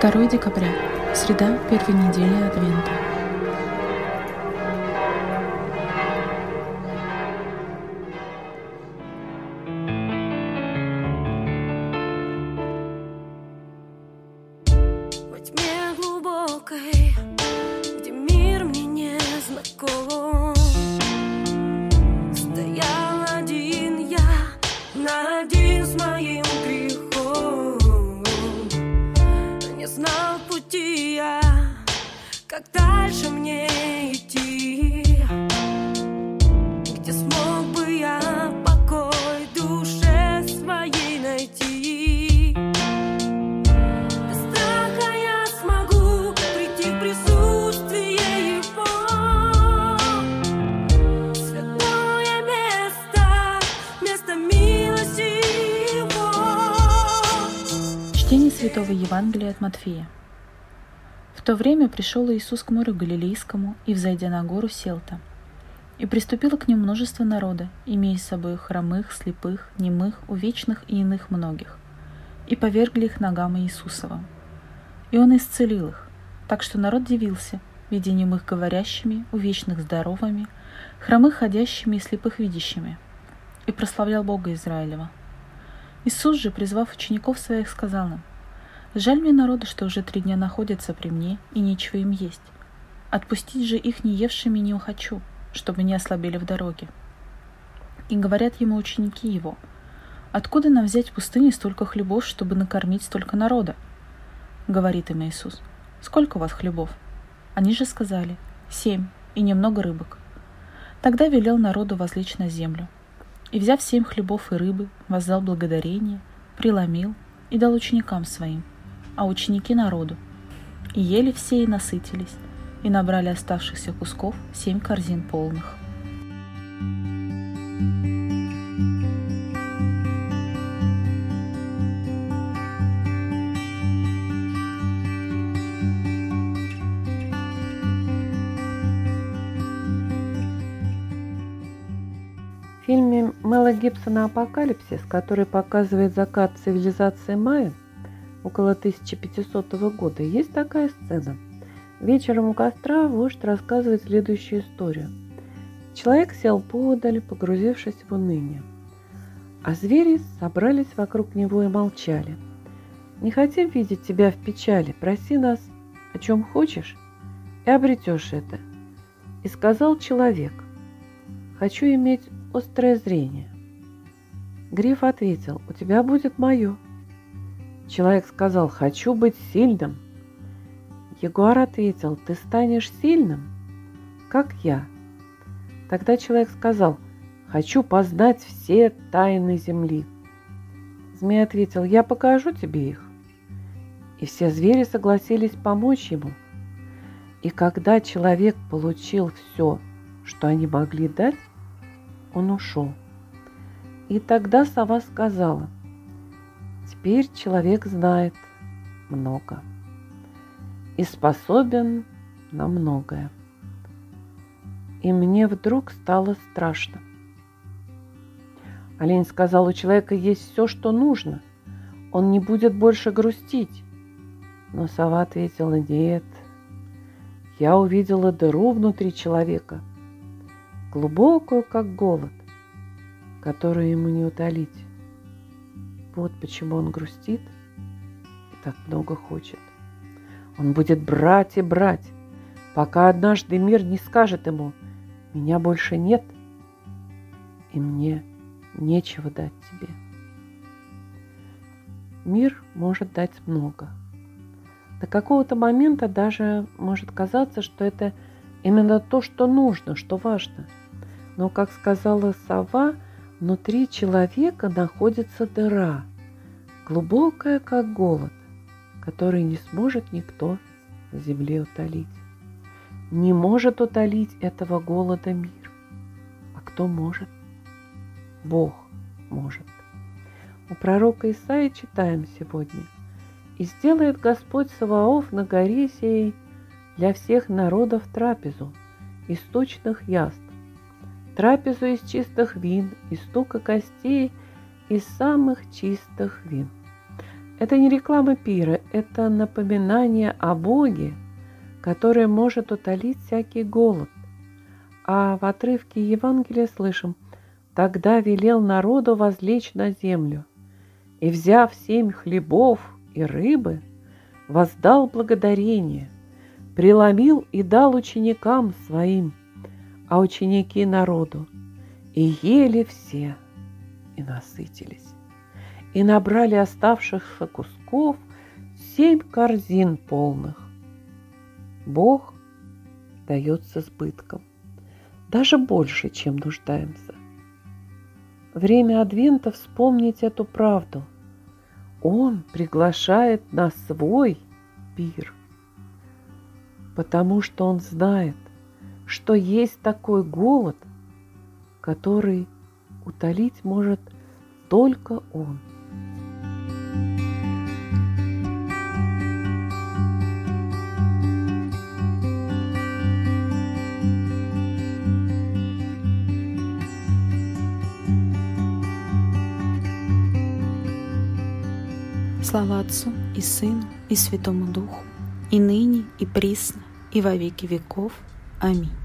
2 декабря. Среда первой недели Адвента. Во тьме глубокой, где мир мне не знаком, стоял один я, наедине с моим грехом. Не знал пути я, как дальше мне идти, где смог бы я покой душе своей найти. Без страха я смогу прийти в присутствие Его, святое место, место милости Его. Чтение Святого Евангелия от Матфея. В то время пришел Иисус к морю Галилейскому и, взойдя на гору, сел там. И приступило к нему множество народа, имея с собой хромых, слепых, немых, увечных и иных многих, и повергли их ногам Иисусовым. И он исцелил их, так что народ дивился, видя немых говорящими, увечных здоровыми, хромых ходящими и слепых видящими, и прославлял Бога Израилева. Иисус же, призвав учеников своих, сказал им: «Жаль мне народу, что уже 3 дня находятся при мне, и нечего им есть. Отпустить же их не евшими не хочу, чтобы не ослабели в дороге». И говорят ему ученики его: «Откуда нам взять в пустыне столько хлебов, чтобы накормить столько народа?» Говорит им Иисус: «Сколько у вас хлебов?» Они же сказали: 7, и немного рыбок. Тогда велел народу возлечь на землю. И, взяв 7 хлебов и рыбы, воздал благодарение, преломил и дал ученикам своим, а ученики народу. И ели все и насытились, и набрали оставшихся кусков 7 корзин полных. В фильме Мэла Гибсона «Апокалипсис», который показывает закат цивилизации майя около 1500 года, есть такая сцена. Вечером у костра вождь рассказывает следующую историю. Человек сел поодаль, погрузившись в уныние, а звери собрались вокруг него и молчали. «Не хотим видеть тебя в печали, проси нас, о чем хочешь, и обретешь это». И сказал человек: «Хочу иметь острое зрение». Гриф ответил: «У тебя будет мое». Человек сказал: «Хочу быть сильным». Ягуар ответил: «Ты станешь сильным, как я». Тогда человек сказал: «Хочу познать все тайны земли». Змей ответил: «Я покажу тебе их». И все звери согласились помочь ему. И когда человек получил все, что они могли дать, он ушел. И тогда сова сказала: «Теперь человек знает много и способен на многое». И мне вдруг стало страшно. Олень сказал: «У человека есть все, что нужно. Он не будет больше грустить». Но сова ответила: «Нет, я увидела дыру внутри человека, глубокую, как голод, которую ему не утолить. Вот почему он грустит и так много хочет. Он будет брать и брать, пока однажды мир не скажет ему: меня больше нет, и мне нечего дать тебе». Мир может дать много. До какого-то момента даже может казаться, что это именно то, что нужно, что важно. Но, как сказала сова, внутри человека находится дыра, глубокая, как голод, который не сможет никто на земле утолить. Не может утолить этого голода мир. А кто может? Бог может. У пророка Исаии читаем сегодня: «И сделает Господь Саваоф на горе сей для всех народов трапезу из тучных яств, трапезу из чистых вин, из тука костей, из самых чистых вин». Это не реклама пира, это напоминание о Боге, который может утолить всякий голод. А в отрывке Евангелия слышим: «Тогда велел народу возлечь на землю, и, взяв 7 хлебов и рыбы, воздал благодарение, преломил и дал ученикам своим, а ученики народу. И ели все, и насытились, и набрали оставшихся кусков 7 корзин полных». Бог дает с избытком, даже больше, чем нуждаемся. Время Адвента вспомнить эту правду. Он приглашает на свой пир, потому что Он знает, что есть такой голод, который утолить может только Он. Слава Отцу и Сыну и Святому Духу, и ныне, и присно, и во веки веков. Аминь.